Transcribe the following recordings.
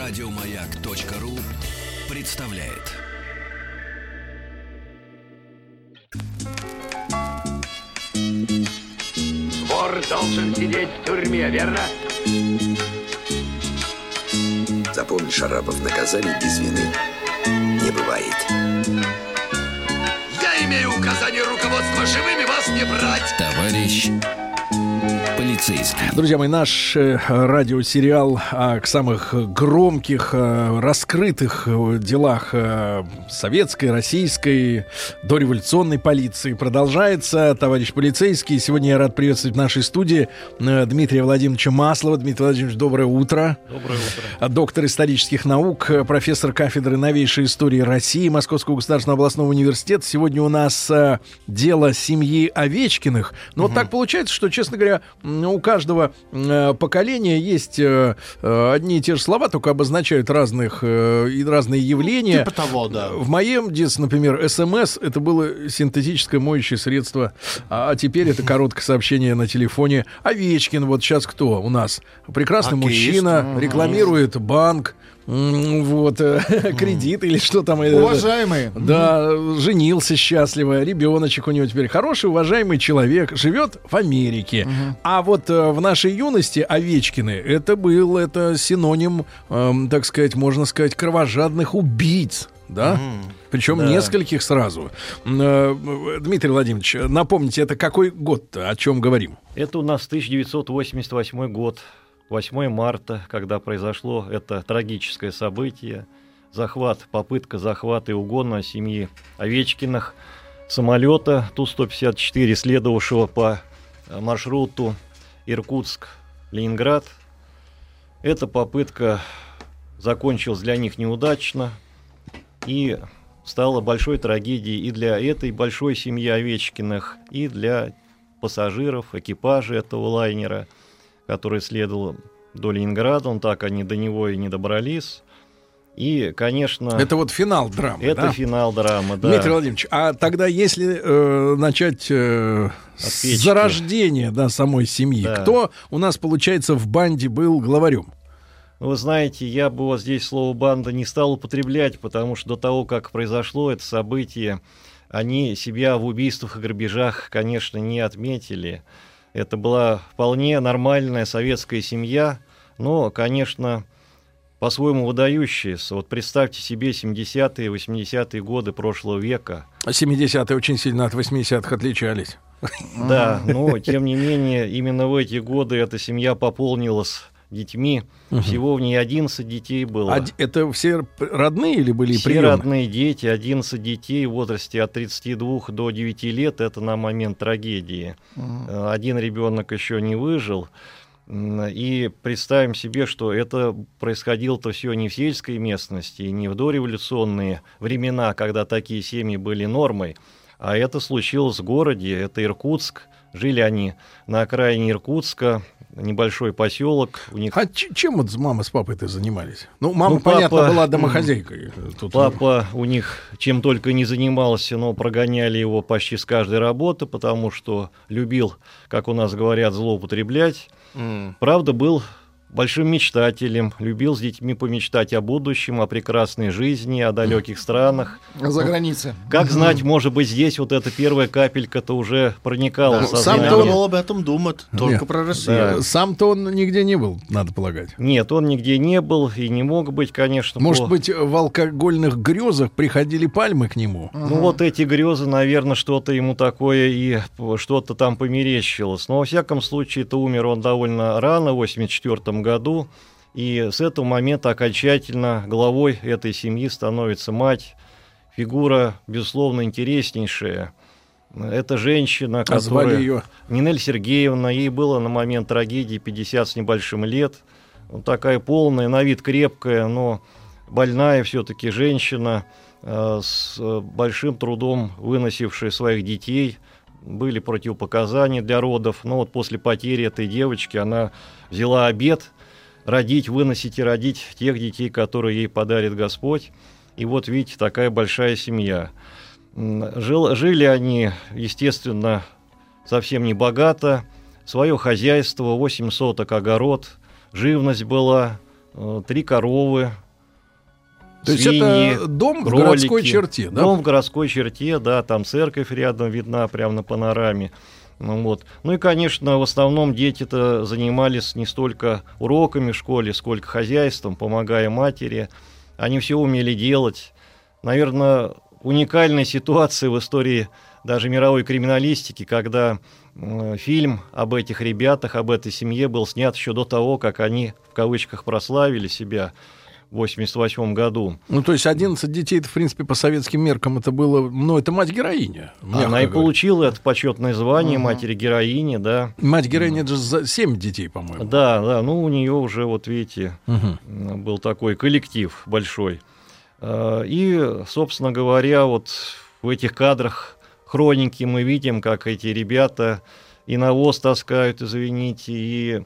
Радиомаяк.ру представляет. Вор должен сидеть в тюрьме, верно? Запомни, Шарапов, наказание без вины не бывает. Я имею указание руководства живыми вас не брать. Товарищ полицейский. Друзья мои, наш радиосериал о самых громких, раскрытых делах советской, российской, дореволюционной полиции продолжается. Товарищ полицейский. Сегодня я рад приветствовать в нашей студии Дмитрия Владимировича Маслова. Дмитрий Владимирович, доброе утро. Доброе утро. Доктор исторических наук, профессор кафедры новейшей истории России Московского государственного областного университета. Сегодня у нас дело семьи Овечкиных. Но вот так получается, что, честно говоря, у каждого поколения есть одни и те же слова, только обозначают разные явления. Типа того, да. В моем детстве, например, СМС — это было синтетическое моющее средство, а теперь это короткое сообщение на телефоне. Овечкин, вот сейчас кто у нас? Прекрасный мужчина, рекламирует банк, кредит или что там. Уважаемый. Да, женился счастливо, ребеночек у него теперь хороший, уважаемый человек, живет в Америке. А вот в нашей юности Овечкины это синоним, так сказать, можно сказать, кровожадных убийц. Да? Причем нескольких сразу. Дмитрий Владимирович, напомните, это какой год-то, о чем говорим? Это у нас 1988 год. 8 марта, когда произошло это трагическое событие, попытка захвата и угона семьи Овечкиных, самолета Ту-154, следовавшего по маршруту Иркутск-Ленинград. Эта попытка закончилась для них неудачно и стала большой трагедией и для этой большой семьи Овечкиных, и для пассажиров, экипажа этого лайнера, который следовал до Ленинграда. Они до него и не добрались. И, конечно... Это вот финал драмы, Это да? финал драмы, да. Дмитрий Владимирович, а тогда если начать с зарождения самой семьи, кто у нас, получается, в банде был главарем? Вы знаете, я бы вот здесь слово «банда» не стал употреблять, потому что до того, как произошло это событие, они себя в убийствах и грабежах, конечно, не отметили. Это была вполне нормальная советская семья, но, конечно, по-своему выдающаяся. Вот представьте себе 70-е, 80-е годы прошлого века. 70-е очень сильно от 80-х отличались. Да, но, тем не менее, именно в эти годы эта семья пополнилась детьми. Всего в ней 11 детей было. Это все родные или были все приемные? Родные дети, 11 детей в возрасте от 32 до 9 лет. Это на момент трагедии. Один ребенок еще не выжил. И представим себе, что это происходило-то все не в сельской местности, не в дореволюционные времена, когда такие семьи были нормой, а это случилось в городе, это Иркутск. Жили они на окраине Иркутска, небольшой поселок. У них... А чем вот мама с папой-то занимались? Мама, понятно, была домохозяйкой. Папа у них чем только не занимался, но прогоняли его почти с каждой работы, потому что любил, как у нас говорят, злоупотреблять. Правда, был большим мечтателем, любил с детьми помечтать о будущем, о прекрасной жизни, о далеких странах. За границей. Как знать, может быть, здесь вот эта первая капелька-то уже проникала в сознание. Сам-то он об этом думает, только про Россию. Да. Сам-то он нигде не был, надо полагать. Нет, он нигде не был и не мог быть, конечно. Может быть, в алкогольных грезах приходили пальмы к нему? Вот эти грезы, наверное, что-то ему такое и что-то там померещилось. Но, во всяком случае-то умер он довольно рано, в 1984 году, и с этого момента окончательно главой этой семьи становится мать, фигура, безусловно, интереснейшая. Это женщина, которая... Звали ее? Нинель Сергеевна, ей было на момент трагедии 50 с небольшим лет. Вот такая полная, на вид крепкая, но больная все-таки женщина, с большим трудом выносившая своих детей. Были противопоказания для родов, но вот после потери этой девочки она взяла обет выносить и родить тех детей, которые ей подарит Господь. И вот видите, такая большая семья. Жили они, естественно, совсем не богато. Свое хозяйство, 8 соток огород, живность была, 3 коровы, То есть свиньи, это дом кролики. в городской черте, да? Дом в городской черте, да, там церковь рядом видна, прямо на панораме. Ну и, конечно, в основном дети-то занимались не столько уроками в школе, сколько хозяйством, помогая матери. Они все умели делать. Наверное, уникальная ситуация в истории даже мировой криминалистики, когда фильм об этих ребятах, об этой семье был снят еще до того, как они, в кавычках, прославили себя в 1988 году. Ну, то есть 11 детей, это, в принципе, по советским меркам это было... Ну, это мать-героиня. Она и получила это почетное звание матери-героини, да. Мать-героиня, это же 7 детей, по-моему. Да, ну у нее уже, вот видите, был такой коллектив большой. И, собственно говоря, вот в этих кадрах хроники мы видим, как эти ребята и навоз таскают, извините, и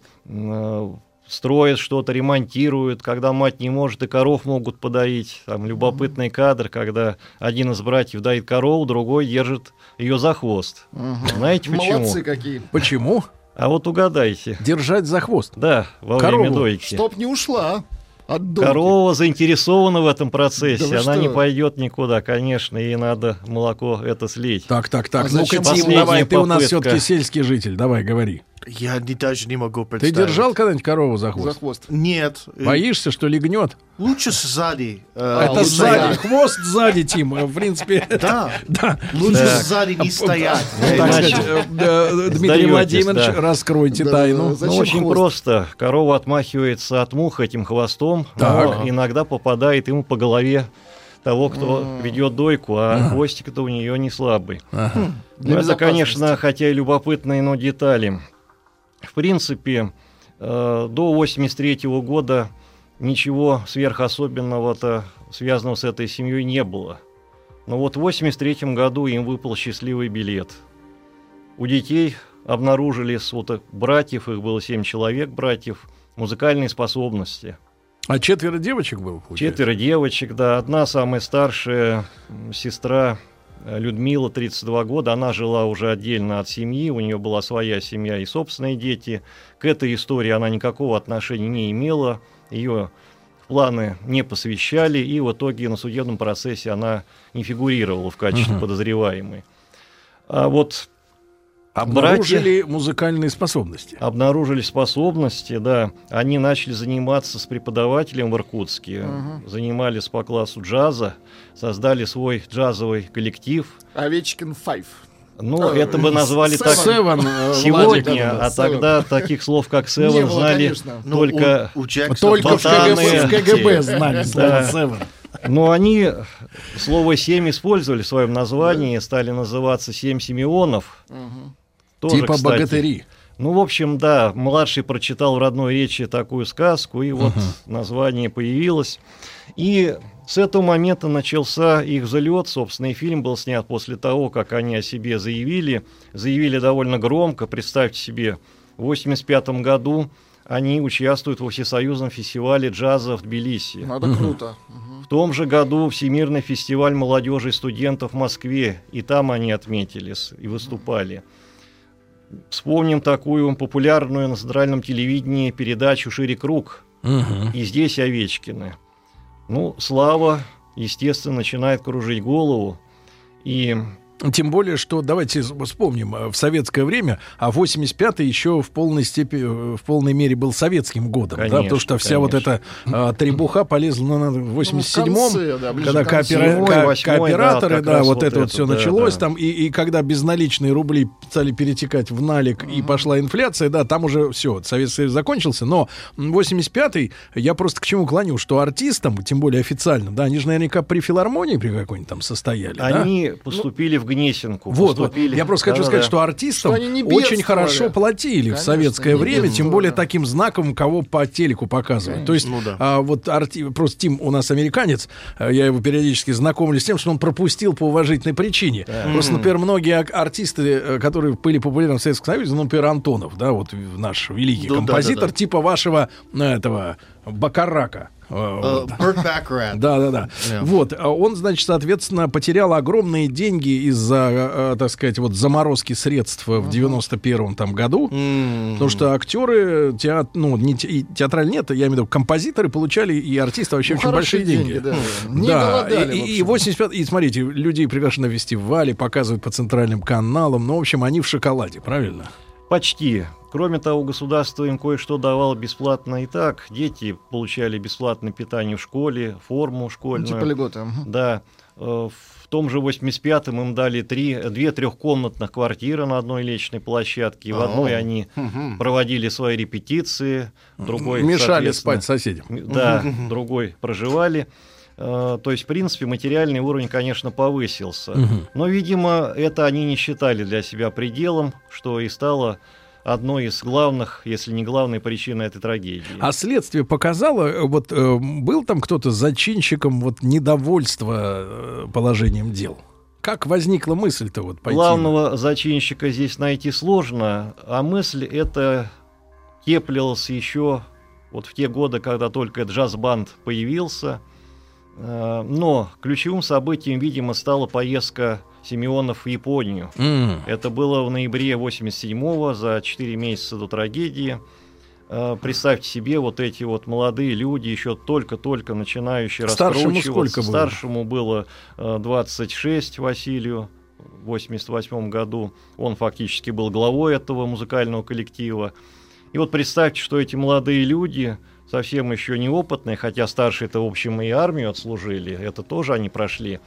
строят что-то, ремонтируют, когда мать не может, и коров могут подоить. Там любопытный кадр, когда один из братьев доит корову, другой держит ее за хвост. Знаете почему? Молодцы какие. Почему? А вот угадайте. Держать за хвост. Да, во Корову. время дойки. Чтоб не ушла от дойки. Корова заинтересована в этом процессе, Да вы она что? не пойдет никуда, конечно, ей надо молоко это слить. Так. А Ну-ка, зачем Тим, последняя давай, ты у нас попытка? все-таки сельский житель, давай, говори. Я даже не могу Ты представить. держал когда-нибудь корову за за хвост? хвост? Нет. Боишься, что легнет? Лучше сзади. Это сзади, хвост сзади, Тим, в принципе. Да. Да. Лучше Так. сзади не стоять. Ну, так Иначе сказать, Дмитрий сдаётесь, Владимирович, да. раскройте Да, тайну. зачем Ну, очень хвост? просто. Корова отмахивается от мух этим хвостом, Так. но иногда попадает ему по голове того, кто ведет дойку, а хвостик-то у нее не слабый. Для Ну, это, безопасности. конечно, хотя и любопытные, но детали. В принципе, до 1983 года ничего сверхособенного-то, связанного с этой семьей, не было. Но вот в 1983 году им выпал счастливый билет. У детей обнаружили, братьев, их было 7 человек, братьев, музыкальные способности. А 4 девочек было, получается? 4 девочек, да. Одна самая старшая сестра Людмила, 32 года, она жила уже отдельно от семьи, у нее была своя семья и собственные дети. К этой истории она никакого отношения не имела, ее в планы не посвящали, и в итоге на судебном процессе она не фигурировала в качестве подозреваемой. А вот Обнаружили музыкальные способности. обнаружили способности, да. Они начали заниматься с преподавателем в Иркутске, занимались по классу джаза, создали свой джазовый коллектив. Овечкин 5. Ну, это бы назвали так Севен, сегодня, да-да-да, а тогда таких слов, как Не Севен, было, знали конечно. Ну, только... у Джексона Только в ботаны. КГБ знали слово Да. Севен. Но они слово «семь» использовали в своем названии, стали называться «Семь Симеонов». Тоже, Типа кстати. богатыри. Ну, в общем, да, младший прочитал в родной речи такую сказку, и вот название появилось. И с этого момента начался их взлет. Собственно, и фильм был снят после того, как они о себе заявили. Заявили довольно громко. Представьте себе, в 1985 году они участвуют во Всесоюзном фестивале джаза в Тбилиси. Ну, это круто. В том же году Всемирный фестиваль молодежи и студентов в Москве. И там они отметились и выступали. Вспомним такую популярную на центральном телевидении передачу «Шире круг». И здесь Овечкины. Ну, слава, естественно, начинает кружить голову. И Тем более, что, давайте вспомним, в советское время, а 85-й еще в полной степени, в полной мере был советским годом, Конечно, да, потому что вся вот эта требуха полезла в 87-м, Ну, в конце, да, ближе когда к концу. да, кооператоры, как да, раз вот вот это вот это, все да, началось да. там, и когда безналичные рубли стали перетекать в налик, и пошла инфляция, да, там уже все, Советский Союз закончился, но 85-й, я просто к чему клоню, что артистам, тем более официально, да, они же наверняка при филармонии при какой-нибудь там состояли, да? они поступили в Гнесинку. Вот. поступили. Я просто хочу сказать, что артистам Что они не очень бедствовали. хорошо платили в Конечно, советское не время, тем бедствовали, более да. таким знаком, кого по телеку показывают. То есть, ну да. вот просто Тим у нас американец, я его периодически знакомлю с тем, что он пропустил по уважительной причине. Просто, например, многие артисты, которые были популярны в Советском Союзе, например, Антонов, да, вот наш великий Ну, композитор, да-да-да. типа вашего этого Бакарака. Burt Bacharach. Да. Yeah. Вот, он, значит, соответственно, потерял огромные деньги из-за, так сказать, вот заморозки средств в 91-м там году, потому что актеры, театраль нет, я имею в виду, композиторы получали и артисты вообще очень большие деньги. Да. Не Да, голодали, и 85, и смотрите, людей приглашены на фестивали, показывают по центральным каналам, ну, в общем, они в шоколаде, правильно? Почти. Кроме того, государство им кое-что давало бесплатно и так. Дети получали бесплатное питание в школе, форму школьную. Типа льготы. Да. В том же 85-м им дали 2 трехкомнатных квартиры на одной личной площадке. И в одной они проводили свои репетиции, другой, мешали спать соседям. Да, другой проживали. То есть, в принципе, материальный уровень, конечно, повысился. Но, видимо, это они не считали для себя пределом, что и стало одной из главных, если не главной причиной этой трагедии. А следствие показало, вот был там кто-то зачинщиком вот недовольства положением дел? Как возникла мысль-то вот пойти? Главного зачинщика здесь найти сложно, а мысль эта теплилась еще вот в те годы, когда только джаз-банд появился. Но ключевым событием, видимо, стала поездка Симеонов в Японию. Это было в ноябре 87-го, за 4 месяца до трагедии. Представьте себе, вот эти вот молодые люди, еще только-только начинающие раскручиваться. Старшему сколько было? Старшему было 26 Василию в 88 году. Он фактически был главой этого музыкального коллектива. И вот представьте, что эти молодые люди, совсем еще неопытные, хотя старшие-то, в общем, и армию отслужили, это тоже они прошли,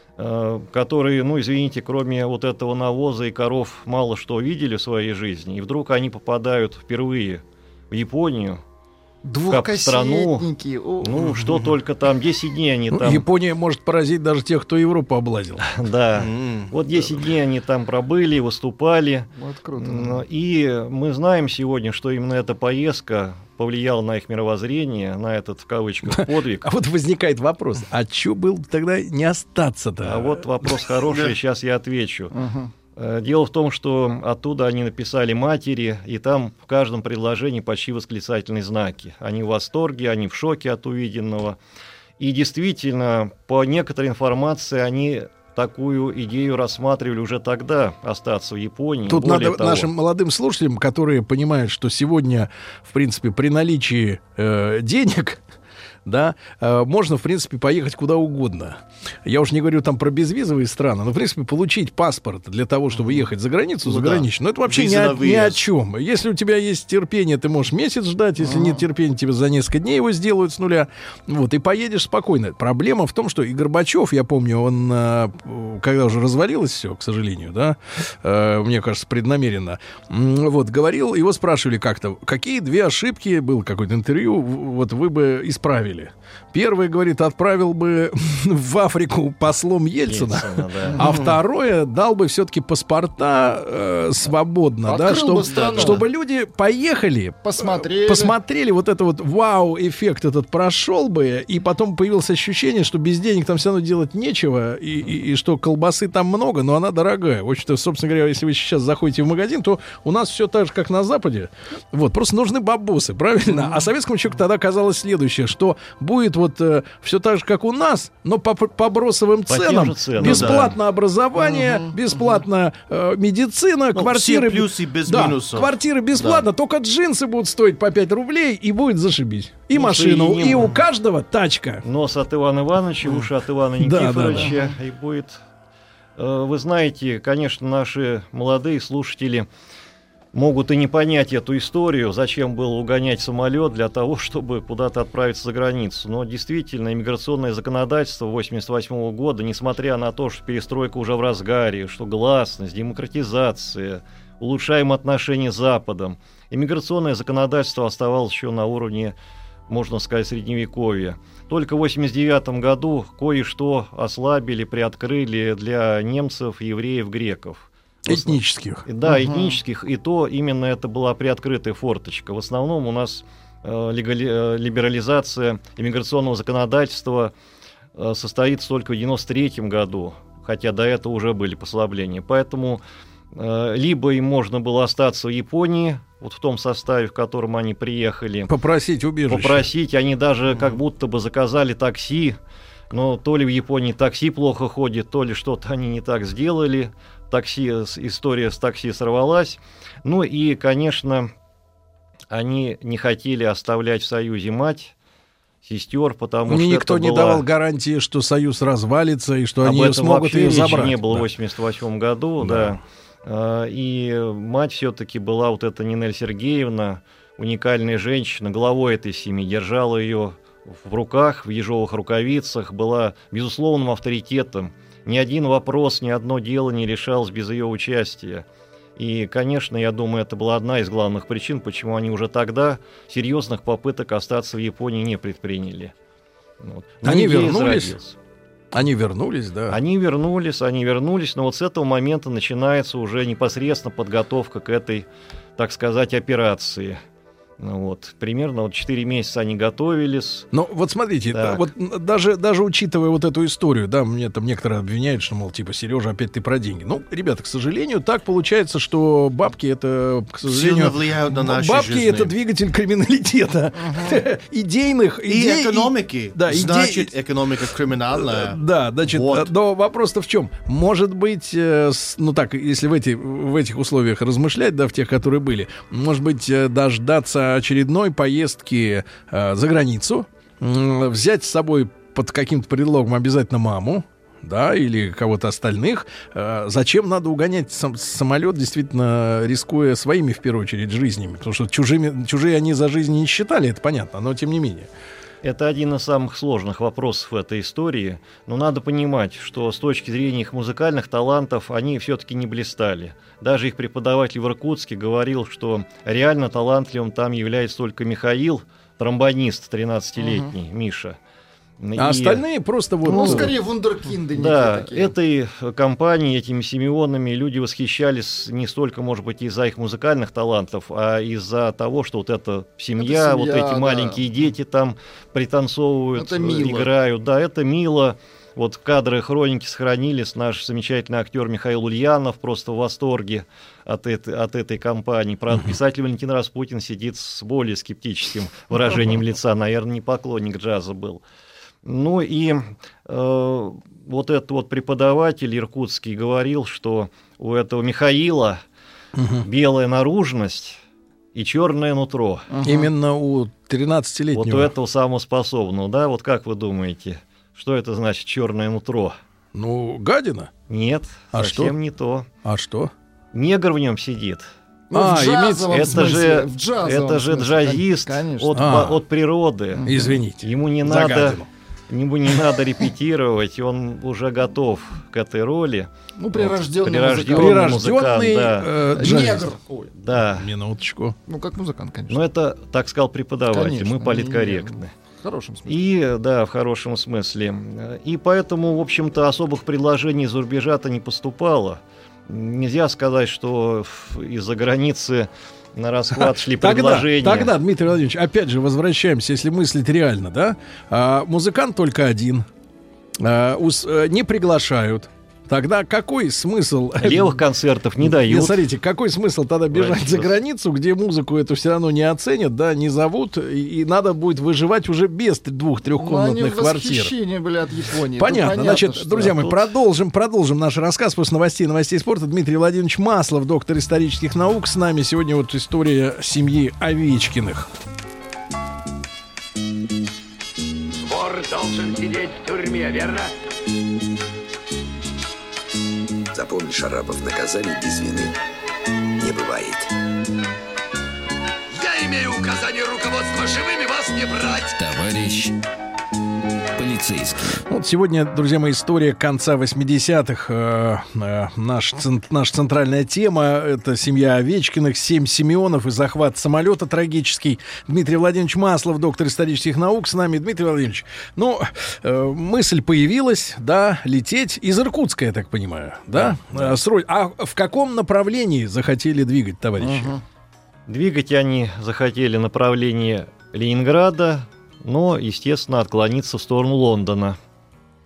которые, ну, извините, кроме вот этого навоза и коров мало что видели в своей жизни, и вдруг они попадают впервые в Японию, как в страну, ну, что только там, 10 дней они там... Япония может поразить даже тех, кто Европу облазил. Да, вот 10 дней они там пробыли, выступали, Вот круто. и мы знаем сегодня, что именно эта поездка повлияла на их мировоззрение, на этот, в кавычках, подвиг. А вот возникает вопрос, а чё было тогда не остаться-то? А вот вопрос хороший, сейчас я отвечу. Дело в том, что оттуда они написали матери, и там в каждом предложении почти восклицательные знаки. Они в восторге, они в шоке от увиденного. И действительно, по некоторой информации, они такую идею рассматривали уже тогда, остаться в Японии. Тут Более надо того, нашим молодым слушателям, которые понимают, что сегодня, в принципе, при наличии денег... Да, можно, в принципе, поехать куда угодно. Я уж не говорю там про безвизовые страны, но, в принципе, получить паспорт для того, чтобы ехать за границу, заграничную, ну, это вообще ни о чем. Если у тебя есть терпение, ты можешь месяц ждать, если нет терпения, тебе за несколько дней его сделают с нуля, вот, и поедешь спокойно. Проблема в том, что и Горбачев, я помню, он, когда уже развалилось все, к сожалению, да, мне кажется, преднамеренно, вот, говорил, его спрашивали как-то, какие 2 ошибки, было какое-то интервью, вот, вы бы исправили. Первый, говорит, отправил бы в Африку послом Ельцина, да. а второе, дал бы все-таки паспорта свободно, да, чтобы люди поехали, посмотрели вот это вот вау-эффект этот прошел бы, и потом появилось ощущение, что без денег там все равно делать нечего, и что колбасы там много, но она дорогая. В общем-то, собственно говоря, если вы сейчас заходите в магазин, то у нас все так же, как на Западе. Вот, просто нужны бабосы, правильно? А советскому человеку тогда казалось следующее, что будет вот все так же, как у нас, но по бросовым ценам. Бесплатно образование, бесплатно медицина, квартиры. Все плюсы без да, минусов. квартиры бесплатно, только джинсы будут стоить по 5 рублей, и будет зашибись. И машину, и у каждого тачка. Нос от Ивана Ивановича, уши от Ивана Никифоровича. И будет... Вы знаете, конечно, наши молодые слушатели могут и не понять эту историю, зачем было угонять самолет для того, чтобы куда-то отправиться за границу. Но действительно, иммиграционное законодательство 1988 года, несмотря на то, что перестройка уже в разгаре, что гласность, демократизация, улучшаем отношения с Западом, иммиграционное законодательство оставалось еще на уровне, можно сказать, средневековья. Только в 1989 году кое-что ослабили, приоткрыли для немцев, евреев, греков. Этнических. Да, этнических, и то именно это была приоткрытая форточка. В основном у нас либерализация иммиграционного законодательства состоится только в 1993 году, хотя до этого уже были послабления. Поэтому либо им можно было остаться в Японии, вот в том составе, в котором они приехали. Попросить убежище. Они даже как будто бы заказали такси, но то ли в Японии такси плохо ходит, то ли что-то они не так сделали. История с такси сорвалась. Ну и, конечно, они не хотели оставлять в Союзе мать, сестер, потому что никто не давал гарантии, что Союз развалится и что они смогут ее забрать. Не было в 1988 году, да. И мать все-таки была вот эта Нинель Сергеевна, уникальная женщина, главой этой семьи, держала ее в руках, в ежовых рукавицах, была безусловным авторитетом. Ни один вопрос, ни одно дело не решалось без ее участия. И, конечно, я думаю, это была одна из главных причин, почему они уже тогда серьезных попыток остаться в Японии не предприняли. Вот. Они вернулись? Они вернулись, да? Они вернулись, но вот с этого момента начинается уже непосредственно подготовка к этой, так сказать, операции. Вот. Примерно 4 месяца они готовились. Ну, вот смотрите, вот даже учитывая вот эту историю, да, мне там некоторые обвиняют, что, мол, типа, Сережа, опять ты про деньги. Ну, ребята, к сожалению, так получается, что бабки это, к сожалению... Сильно влияют на наши бабки жизни. Это двигатель криминалитета. Идейных... И экономики. Да, значит, экономика криминальная. Да, значит, но вопрос-то в чем? Может быть, ну так, если в этих условиях размышлять, да, в тех, которые были, может быть, дождаться очередной поездки за границу, взять с собой под каким-то предлогом обязательно маму, да, или кого-то остальных. Зачем надо угонять самолет, действительно рискуя своими, в первую очередь, жизнями? Потому что чужие они за жизнь не считали, это понятно, но тем не менее. Это один из самых сложных вопросов в этой истории, но надо понимать, что с точки зрения их музыкальных талантов они все-таки не блистали. Даже их преподаватель в Иркутске говорил, что реально талантливым там является только Михаил, тромбонист 13-летний, Миша. А остальные просто вот... Ну, скорее вундеркинды. Да, такие. этой компанией, этими Симеонами люди восхищались не столько, может быть, из-за их музыкальных талантов, а из-за того, что вот эта семья, вот эти маленькие дети там пританцовывают, играют. Да, это мило. Вот кадры хроники сохранились. Наш замечательный актер Михаил Ульянов просто в восторге от этой компании. Правда, писатель Валентин Распутин сидит с более скептическим выражением лица. Наверное, не поклонник джаза был. Ну и вот этот вот преподаватель иркутский говорил, что у этого Михаила белая наружность и черное нутро. Именно у 13-летнего. Вот у этого самого способного, да? Вот как вы думаете, что это значит черное нутро? Ну, гадина. Нет, совсем не то. А что? Негр в нем сидит. Это же джазист от природы. Извините. Ему не надо репетировать, он уже готов к этой роли. Ну, прирожденный музыкант, да. Негр. Да. Минуточку. Ну, как музыкант, конечно. Ну, это, так сказал преподаватель, конечно, мы политкорректны. В хорошем смысле. И, да, в хорошем смысле. И поэтому, в общем-то, особых предложений из-за рубежа-то не поступало. Нельзя сказать, что из-за границы на расхват шли предложения. Тогда, Дмитрий Владимирович, опять же, возвращаемся, если мыслить реально, да? Музыкант только один, не приглашают. Тогда какой смысл... Левых концертов не дают. Смотрите, какой смысл тогда бежать за границу, где музыку эту все равно не оценят, да, не зовут, и надо будет выживать уже без 2-3-комнатных квартир. Они в восхищении были от Японии. Понятно. Значит, друзья мои, продолжим наш рассказ после новостей спорта. Дмитрий Владимирович Маслов, доктор исторических наук, с нами. Сегодня вот история семьи Овечкиных. Вор должен сидеть в тюрьме, верно? Запомни, Шарапов, наказаний без вины не бывает. Я имею указание руководства живыми вас не брать. Товарищ полицейский. Вот сегодня, друзья мои, история конца 80-х. Наша центральная тема — это семья Овечкиных, 7 Симеонов и захват самолета трагический. Дмитрий Владимирович Маслов, доктор исторических наук, с нами. Дмитрий Владимирович, мысль появилась, да, лететь из Иркутска, я так понимаю, да? А в каком направлении захотели двигать, товарищи? Двигать они захотели направление Ленинграда, но, естественно, отклониться в сторону Лондона.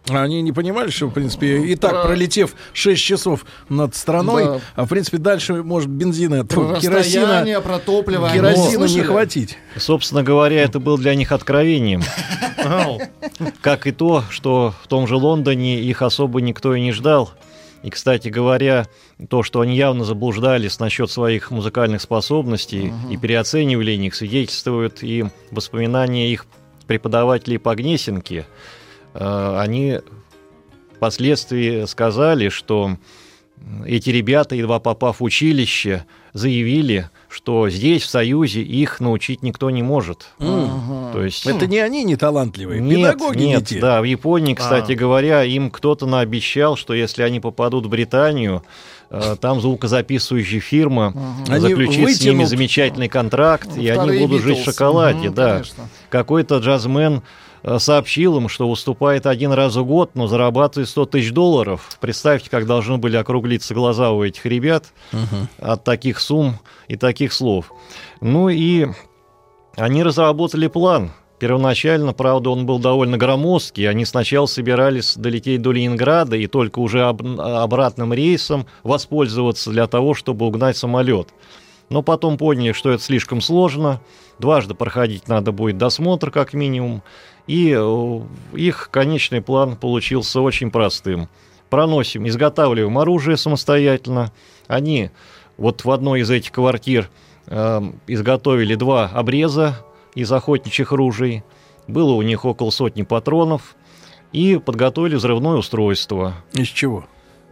Они не понимали, что, в принципе, и так, пролетев 6 часов над страной, Да. в принципе, дальше может бензина, Про керосина, расстояние, про топливо. они керосину не слышали? хватить. Собственно говоря, это было для них откровением. Как и то, что в том же Лондоне их особо никто и не ждал. И, кстати говоря, то, что они явно заблуждались насчет своих музыкальных способностей и переоценивали их, свидетельствуют и воспоминания их преподавателей по Гнесинке. Они впоследствии сказали, что эти ребята, едва попав в училище, заявили, что здесь, в Союзе, их научить никто не может. То есть... Это не они не талантливые, Нет, педагоги не нет, те. да, в Японии, кстати говоря, им кто-то наобещал, что если они попадут в Британию, там звукозаписывающая фирма Они заключит с ними вытянут замечательный контракт, и они Вторые будут жить в Beatles. шоколаде, да. Конечно. Какой-то джазмен сообщил им, что выступает один раз в год, но зарабатывает $100 000. Представьте, как должны были округлиться глаза у этих ребят от таких сумм и таких слов. Ну и они разработали план. Первоначально, правда, он был довольно громоздкий. Они сначала собирались долететь до Ленинграда и только уже обратным рейсом воспользоваться для того, чтобы угнать самолет. Но потом поняли, что это слишком сложно. Дважды проходить надо будет досмотр, как минимум. И их конечный план получился очень простым. Проносим, изготавливаем оружие самостоятельно. Они вот в одной из этих квартир изготовили 2 обреза из охотничьих ружей. Было у них около 100 патронов. И подготовили взрывное устройство. Из чего?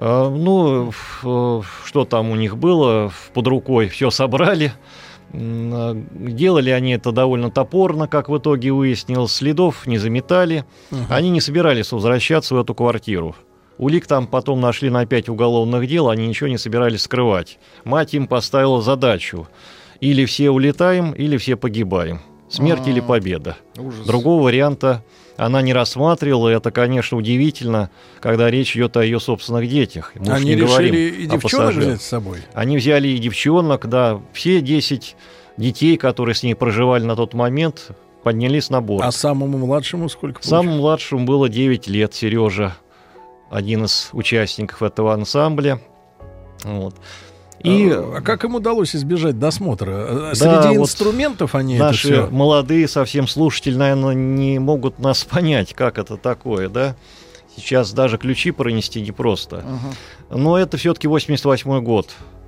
Что там у них было под рукой, все собрали. Делали они это довольно топорно, как в итоге выяснилось, следов не заметали. Они не собирались возвращаться в эту квартиру. Улик там потом нашли на 5 уголовных дел, они ничего не собирались скрывать. Мать им поставила задачу: или все улетаем, или все погибаем. Смерть или победа. Ужас. Другого варианта она не рассматривала, и это, конечно, удивительно, когда речь идет о ее собственных детях. Мы уж Они не говорим решили и о девчонок пассажирах. взять с собой. Они взяли и девчонок, да, все 10 детей, которые с ней проживали на тот момент, поднялись на борт. А самому младшему сколько Самому младшему было 9 лет, Сережа, один из участников этого ансамбля. Вот. А как им удалось избежать досмотра? Да, Среди вот инструментов они наши это все... молодые совсем слушатели, наверное, не могут нас понять, как это такое, да? Сейчас даже ключи пронести непросто. Но это все-таки 88-й год.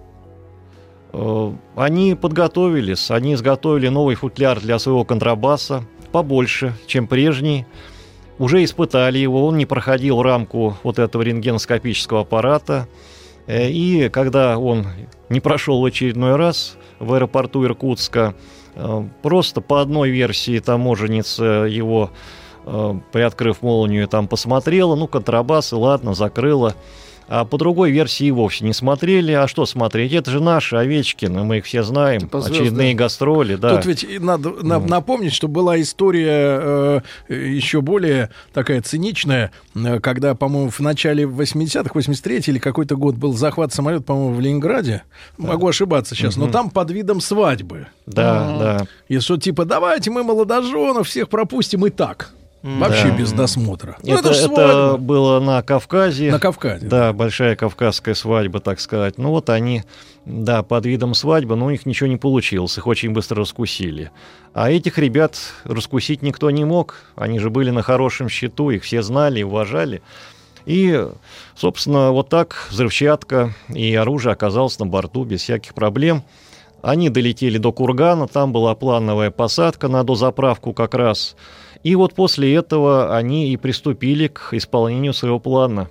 Они подготовились, они изготовили новый футляр для своего контрабаса, побольше, чем прежний. Уже испытали его, он не проходил рамку вот этого рентгеноскопического аппарата. И когда он не прошел в очередной раз в аэропорту Иркутска, просто по одной версии таможенница его, приоткрыв молнию, там посмотрела, контрабас, и ладно, закрыла. А по другой версии и вовсе не смотрели. А что смотреть? Это же наши Овечкины, мы их все знаем. Типа Очередные гастроли, да. Тут ведь надо напомнить, что была история еще более такая циничная, когда, по-моему, в начале 80-х, 83-й или какой-то год был захват самолета, по-моему, в Ленинграде. Могу ошибаться сейчас, но там под видом свадьбы. Да, да. И что типа, давайте мы молодоженов всех пропустим и так. Вообще без досмотра. Это ж это свадьба. было на Кавказе. На Кавказе. Да, большая кавказская свадьба, так сказать. Они, да, под видом свадьбы, но у них ничего не получилось, их очень быстро раскусили. А этих ребят раскусить никто не мог, они же были на хорошем счету, их все знали и уважали. И, собственно, вот так взрывчатка и оружие оказалось на борту без всяких проблем. Они долетели до Кургана, там была плановая посадка на дозаправку как раз. И вот после этого они и приступили к исполнению своего плана.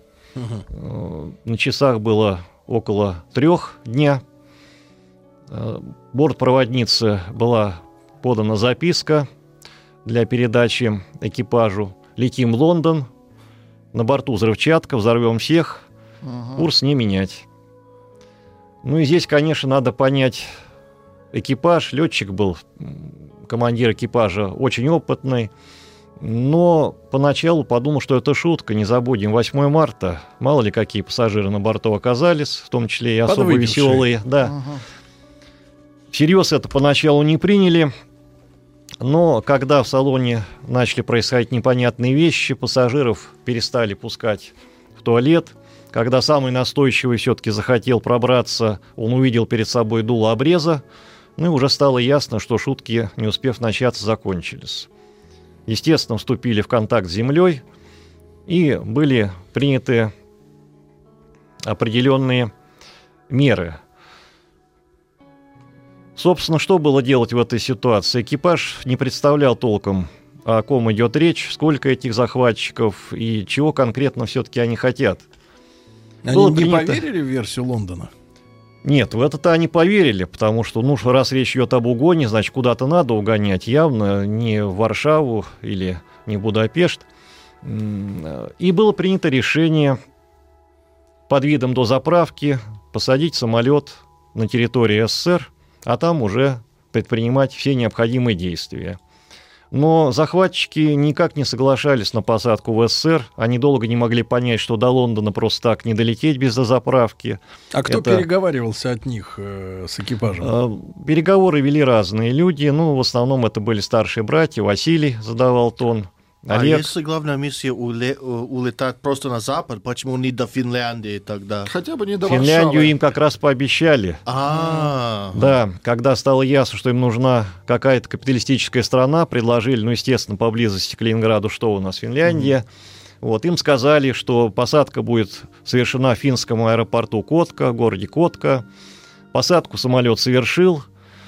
На часах было около 3 дня. Бортпроводнице была подана записка для передачи экипажу. Летим в Лондон, на борту взрывчатка, взорвем всех, курс не менять. И здесь, конечно, надо понять экипаж. Летчик был, командир экипажа, очень опытный. Но поначалу подумал, что это шутка, не забудем, 8 марта, мало ли какие пассажиры на борту оказались, в том числе и особо веселые. Да. Всерьез это поначалу не приняли, Но когда в салоне начали происходить непонятные вещи, пассажиров перестали пускать в туалет. Когда самый настойчивый все-таки захотел пробраться, он увидел перед собой дуло обреза. Ну и уже стало ясно, что шутки, не успев начаться, закончились. Естественно, вступили в контакт с землей, и были приняты определенные меры. Собственно, что было делать в этой ситуации? Экипаж не представлял толком, о ком идет речь, сколько этих захватчиков и чего конкретно все-таки они хотят. Они не поверили в версию Лондона? Нет, в это-то они поверили, потому что, раз речь идет об угоне, значит, куда-то надо угонять, явно не в Варшаву или не в Будапешт. И было принято решение под видом дозаправки посадить самолет на территории СССР, а там уже предпринимать все необходимые действия. Но захватчики никак не соглашались на посадку в СССР. Они долго не могли понять, что до Лондона просто так не долететь без дозаправки. А кто переговаривался от них с экипажем? Переговоры вели разные люди. В основном это были старшие братья. Василий задавал тон. Олег. А если главная миссия улетать просто на запад, почему не до Финляндии тогда? Хотя бы не до Финляндию Варшавы. им как раз пообещали. Да, когда стало ясно, что им нужна какая-то капиталистическая страна, предложили, естественно, поблизости к Ленинграду, что у нас Финляндия. Им сказали, что посадка будет совершена в финском аэропорту Котка, городе Котка. Посадку самолет совершил,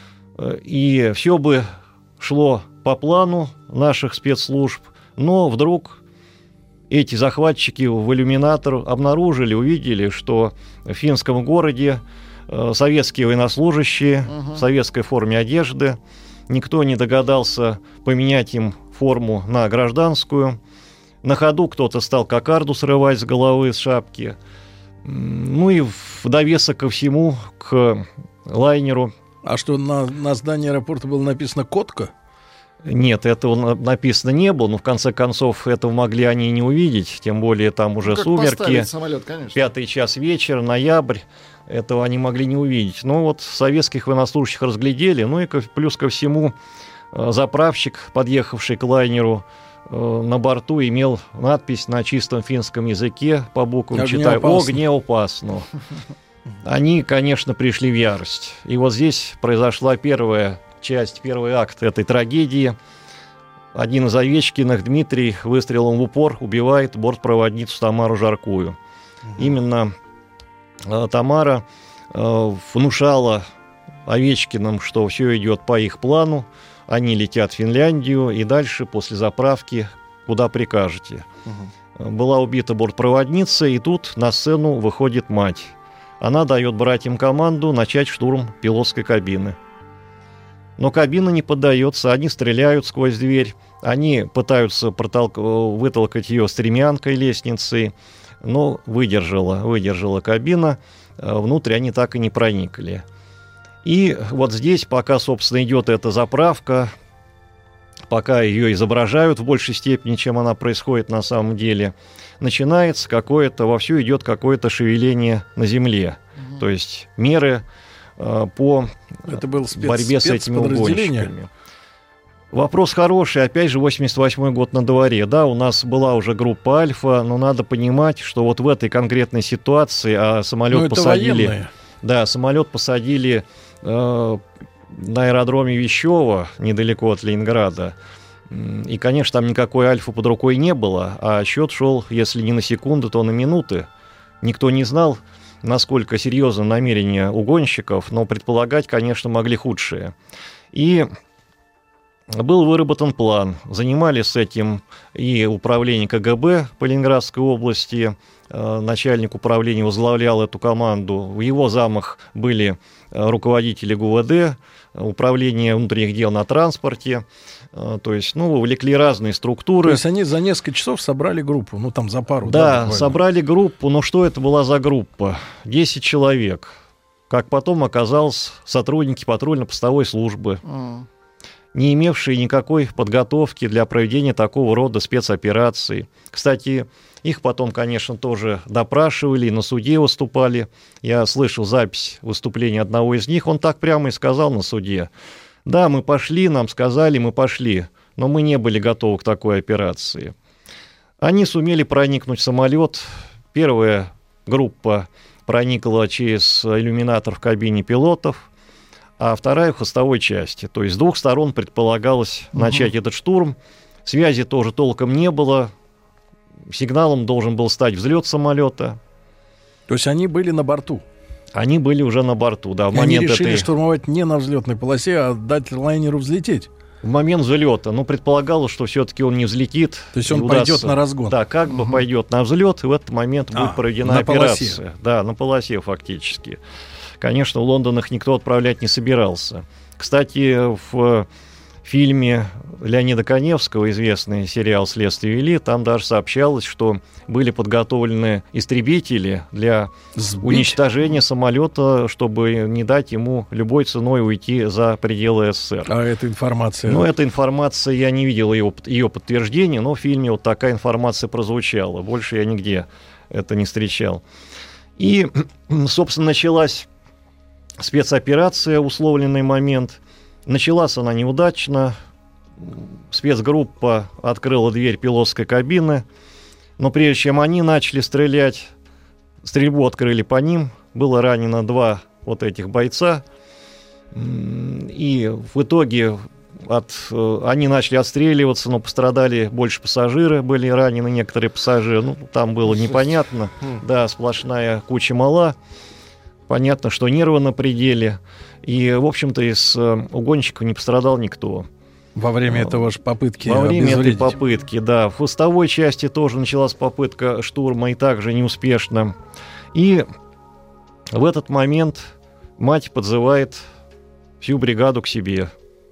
и все бы шло по плану наших спецслужб. Но вдруг эти захватчики в иллюминатор обнаружили, увидели, что в финском городе советские военнослужащие в советской форме одежды. Никто не догадался поменять им форму на гражданскую. На ходу кто-то стал кокарду срывать с головы, с шапки. И в довесок ко всему, к лайнеру. А что, на здании аэропорта было написано «Котка»? Нет, этого написано не было, но в конце концов этого могли они и не увидеть, тем более там уже сумерки, самолет, 5 час вечера, ноябрь, этого они могли не увидеть. Советских военнослужащих разглядели, и плюс ко всему заправщик, подъехавший к лайнеру, на борту имел надпись на чистом финском языке, по буквам читаю «Огнеопасно». Они, конечно, пришли в ярость. И здесь произошла первый акт этой трагедии. Один из Овечкиных, Дмитрий, выстрелом в упор убивает бортпроводницу Тамару Жаркую. Именно Тамара внушала Овечкиным, что все идет по их плану, они летят в Финляндию, и дальше, после заправки, куда прикажете. Была убита бортпроводница, и тут на сцену выходит мать. Она дает братьям команду начать штурм пилотской кабины. Но кабина не поддается, они стреляют сквозь дверь, они пытаются вытолкать ее стремянкой лестницы, но выдержала кабина, внутрь они так и не проникли. И здесь, пока, собственно, идет эта заправка, пока ее изображают в большей степени, чем она происходит на самом деле, начинается вовсю идет какое-то шевеление на земле. То есть меры по борьбе с этими угонщиками. Вопрос хороший, опять же, 88-й год на дворе. Да, у нас была уже группа «Альфа», но надо понимать, что в этой конкретной ситуации самолет посадили... Да, самолет посадили на аэродроме Вещево, недалеко от Ленинграда. И, конечно, там никакой «Альфа» под рукой не было, а счет шел, если не на секунды, то на минуты. Никто не знал, насколько серьезно намерения угонщиков, но предполагать, конечно, могли худшие. И был выработан план. Занимались этим и управление КГБ по Ленинградской области. Начальник управления возглавлял эту команду. В его замах были руководители ГУВД, управление внутренних дел на транспорте. То есть, вовлекли разные структуры. То есть они за несколько часов собрали группу, за пару. Да, собрали группу, но что это была за группа? 10 человек. Как потом оказалось, сотрудники патрульно-постовой службы, не имевшие никакой подготовки для проведения такого рода спецопераций. Кстати, их потом, конечно, тоже допрашивали, и на суде выступали. Я слышал запись выступления одного из них, он так прямо и сказал на суде: Да, мы пошли, нам сказали, мы пошли, но мы не были готовы к такой операции. Они сумели проникнуть в самолет. Первая группа проникла через иллюминатор в кабине пилотов, а вторая в хвостовой части. То есть с двух сторон предполагалось начать этот штурм. Связи тоже толком не было. Сигналом должен был стать взлет самолета. То есть они были на борту? Они были уже на борту, да. В Они момент решили штурмовать не на взлетной полосе, а дать лайнеру взлететь? В момент взлета, предполагалось, что все-таки он не взлетит. То есть он пойдет на разгон? Да, как бы пойдет на взлет, и в этот момент будет проведена операция. Полосе. Да, на полосе фактически. Конечно, в Лондон их никто отправлять не собирался. Кстати, в фильме Леонида Каневского, известный сериал «Следствие вели», там даже сообщалось, что были подготовлены истребители для уничтожения самолета, чтобы не дать ему любой ценой уйти за пределы СССР. А эта информация? Эта информация, я не видел ее подтверждения, но в фильме вот такая информация прозвучала. Больше я нигде это не встречал. И, собственно, началась спецоперация в условленный момент. Началась она неудачно. Спецгруппа открыла дверь пилотской кабины, но прежде чем они начали стрелять, стрельбу открыли по ним. Было ранено 2 вот этих бойца. И в итоге они начали отстреливаться, но пострадали больше пассажиры, были ранены некоторые пассажиры. Там было непонятно. Да, сплошная куча мала. Понятно, что нервы на пределе. И, в общем-то, из угонщиков не пострадал никто. Во время этого же попытки Во время обезвредить. этой попытки, да. В хвостовой части тоже началась попытка штурма, и также неуспешно. И в этот момент мать подзывает всю бригаду к себе.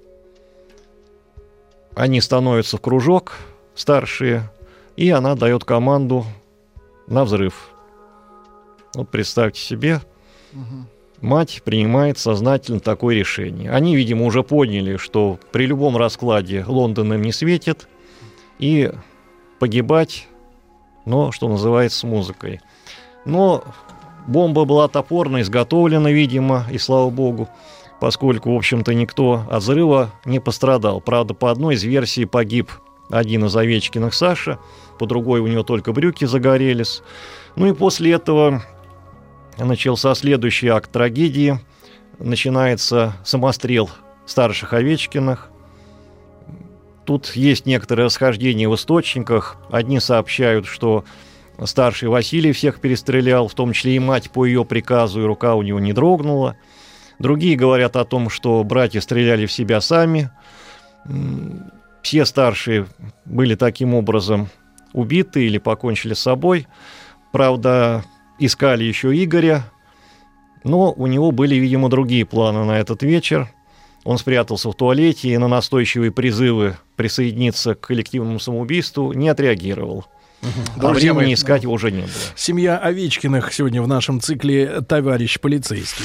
Они становятся в кружок, старшие, и она дает команду на взрыв. Вот представьте себе, мать принимает сознательно такое решение. Они, видимо, уже поняли, что при любом раскладе Лондон им не светит, и погибать, что называется, с музыкой. Но бомба была топорно изготовлена, видимо, и слава богу, поскольку, в общем-то, никто от взрыва не пострадал. Правда, по одной из версий погиб один из Овечкиных, Саша, по другой у него только брюки загорелись. И после этого начался следующий акт трагедии. Начинается самострел старших Овечкиных. Тут есть некоторые расхождения в источниках. Одни сообщают, что старший Василий всех перестрелял, в том числе и мать по ее приказу, и рука у него не дрогнула. Другие говорят о том, что братья стреляли в себя сами. Все старшие были таким образом убиты или покончили с собой. Правда, искали еще Игоря, но у него были, видимо, другие планы на этот вечер. Он спрятался в туалете и на настойчивые призывы присоединиться к коллективному самоубийству не отреагировал. А времени искать его уже не было. Семья Овечкиных сегодня в нашем цикле «Товарищ полицейский».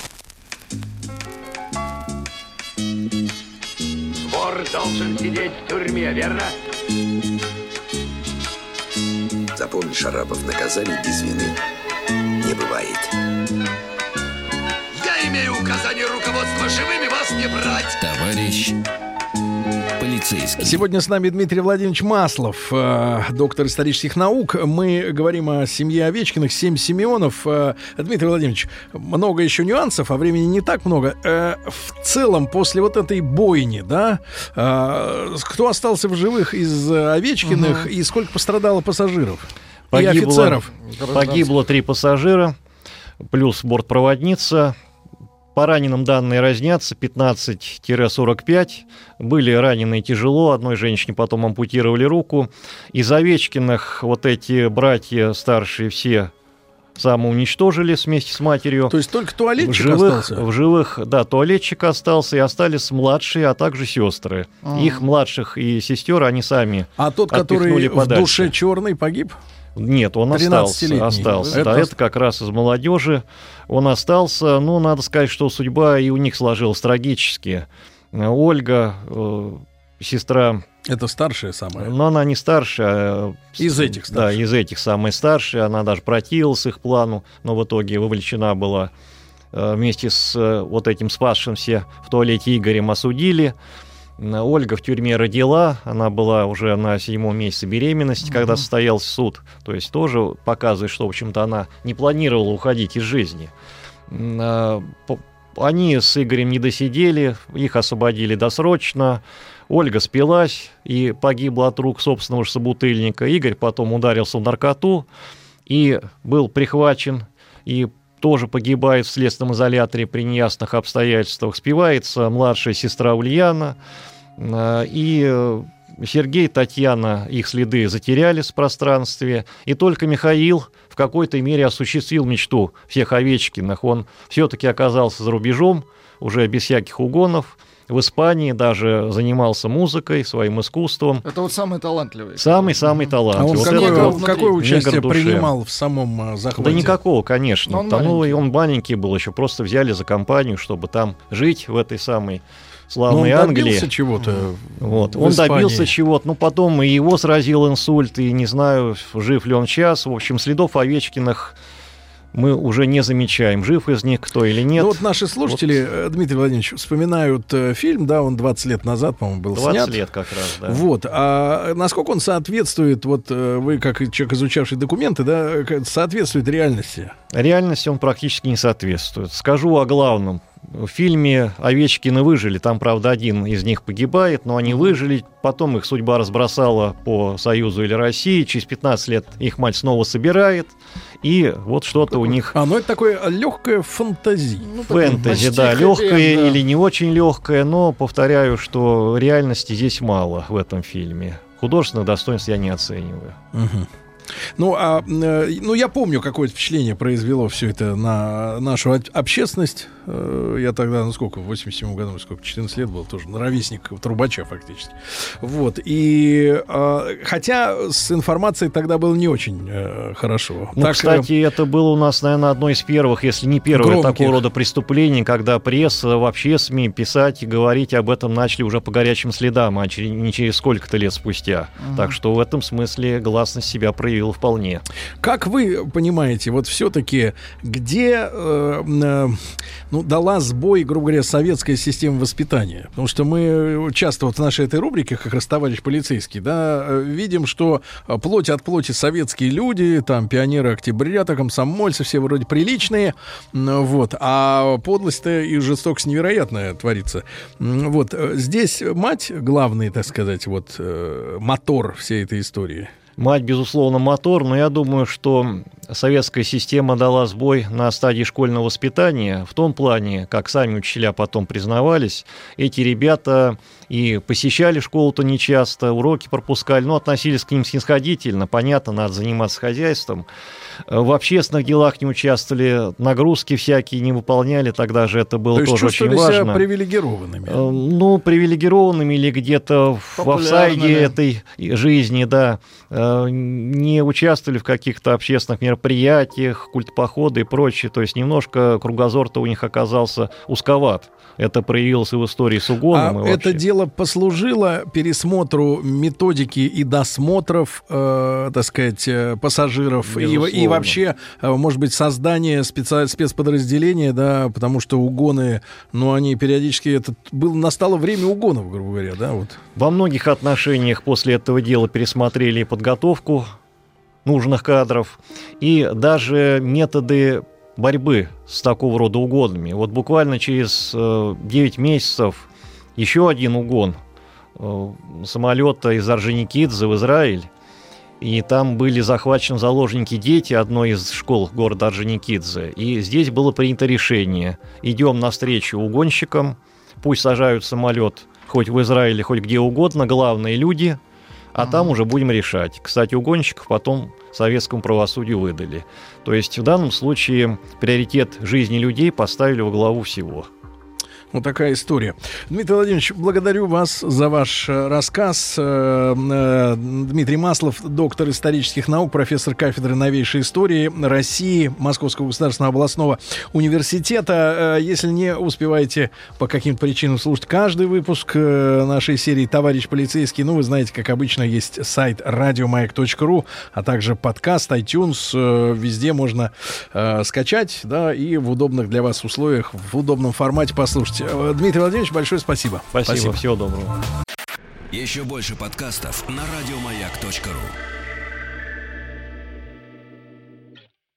Вор должен сидеть в тюрьме, верно? Запомни, Шарапов, наказаний без вины не бывает. Я имею указание руководства живыми вас не брать. Товарищ полицейский. Сегодня с нами Дмитрий Владимирович Маслов, доктор исторических наук. Мы говорим о семье Овечкиных, 7 Симеонов. Дмитрий Владимирович, много еще нюансов, а времени не так много. В целом, после вот этой бойни, да, кто остался в живых из Овечкиных и сколько пострадало пассажиров и офицеров? Погибло 3 пассажира, плюс бортпроводница. По раненым данные разнятся, 15-45. Были ранены тяжело, одной женщине потом ампутировали руку. Из Овечкиных вот эти братья старшие все самоуничтожились вместе с матерью. То есть только туалетчик остался? В живых, да, туалетчик остался, и остались младшие, а также сестры. Их младших и сестер они сами А тот, который в душе черный, погиб? Нет, он остался. Это как раз из молодежи. Он остался. Надо сказать, что судьба и у них сложилась трагически. Ольга, сестра... Это старшая самая? Но она не старшая. Из этих старших? Да, из этих самая старшая. Она даже противилась их плану, но в итоге вовлечена была вместе с вот этим спасшимся в туалете Игорем осудили. Ольга в тюрьме родила, она была уже на 7-м месяце беременности, когда состоялся суд. То есть тоже показывает, что, в общем-то, она не планировала уходить из жизни. Они с Игорем не досидели, их освободили досрочно. Ольга спилась и погибла от рук собственного же собутыльника. Игорь потом ударился в наркоту и был прихвачен, и тоже погибает в следственном изоляторе при неясных обстоятельствах. Спивается младшая сестра Ульяна, и Сергей, Татьяна их следы затерялись в пространстве, и только Михаил в какой-то мере осуществил мечту всех Овечкиных. Он все-таки оказался за рубежом, уже без всяких угонов, в Испании, даже занимался музыкой, своим искусством. Это вот самый талантливый. Самый-самый талантливый. А он вот какое участие принимал в самом захвате? Да никакого, конечно. Он он маленький был еще, просто взяли за компанию, чтобы там жить в этой самой славной он Англии. добился чего-то. Вот. Он добился чего-то. Ну, потом и его сразил инсульт, и не знаю, жив ли он сейчас. В общем, следов Овечкиных мы уже не замечаем, жив из них кто или нет. Ну вот наши слушатели, Дмитрий Владимирович, вспоминают фильм, да, он 20 лет назад, по-моему, был 20 снят. 20 лет как раз, да. Вот, а насколько он соответствует, вот вы, как человек, изучавший документы, да, соответствует реальности? Реальности он практически не соответствует. Скажу о главном. В фильме Овечкины выжили, там, правда, один из них погибает, но они выжили, потом их судьба разбросала по Союзу или России, через 15 лет их мать снова собирает, и вот что-то у них... Ну это такое легкое фэнтези. Фэнтези, да, легкое или не очень легкое, но повторяю, что реальности здесь мало в этом фильме. Художественных достоинств я не оцениваю. Угу. Ну, я помню, какое впечатление произвело все это на нашу общественность. Я тогда, в 87 году, 14 лет был, тоже ровесник Трубача фактически. Вот, и хотя с информацией тогда было не очень хорошо. Ну, так, кстати, это было у нас, наверное, одно из первых, если не первое, громких такого рода преступлений, когда пресса, вообще СМИ писать и говорить об этом начали уже по горячим следам, а не через сколько-то лет спустя. Так что в этом смысле гласность себя проявила вполне. Как вы понимаете, вот все-таки где дала сбой, грубо говоря, советская система воспитания? Потому что мы часто вот в нашей этой рубрике, как раз товарищ полицейский, да, видим, что плоть от плоти советские люди, там пионеры октября, комсомольцы, все вроде приличные, вот, а подлость-то и жестокость невероятная творится. Вот, здесь мать главный, так сказать, вот, мотор всей этой истории. Мать, безусловно, мотор, но я думаю, что советская система дала сбой на стадии школьного воспитания в том плане, как сами учителя потом признавались, эти ребята и посещали школу-то нечасто, уроки пропускали, но относились к ним снисходительно, понятно, надо заниматься хозяйством. В общественных делах не участвовали, нагрузки всякие не выполняли, тогда же это было тоже очень важно. То есть чувствовали себя привилегированными? Ну, привилегированными или где-то в офсайде этой жизни, да. Не участвовали в каких-то общественных мероприятиях, культпоходы и прочее. То есть немножко кругозор-то у них оказался узковат. Это проявилось и в истории с угоном. А это дело послужило пересмотру методики и досмотров, так сказать, пассажиров и вообще, может быть, создание спецподразделения, да, потому что угоны, они периодически, настало время угонов, грубо говоря, да, вот. Во многих отношениях после этого дела пересмотрели подготовку нужных кадров и даже методы борьбы с такого рода угонами. Вот буквально через 9 месяцев еще один угон самолета из Орджоникидзе в Израиль. И там были захвачены заложники дети одной из школ города Орджоникидзе. И здесь было принято решение: идем навстречу угонщикам, пусть сажают самолет хоть в Израиле, хоть где угодно, главные люди, а там уже будем решать. Кстати, угонщиков потом советскому правосудию выдали. То есть в данном случае приоритет жизни людей поставили во главу всего. Вот такая история. Дмитрий Владимирович, благодарю вас за ваш рассказ. Дмитрий Маслов, доктор исторических наук, профессор кафедры новейшей истории России Московского государственного областного университета. Если не успеваете по каким-то причинам слушать каждый выпуск нашей серии «Товарищ полицейский», вы знаете, как обычно, есть сайт radiomayak.ru, а также подкаст, iTunes. Везде можно скачать, да, и в удобных для вас условиях, в удобном формате послушать. Дмитрий Владимирович, большое спасибо. Спасибо. Всего доброго. Еще больше подкастов на радиомаяк.ру.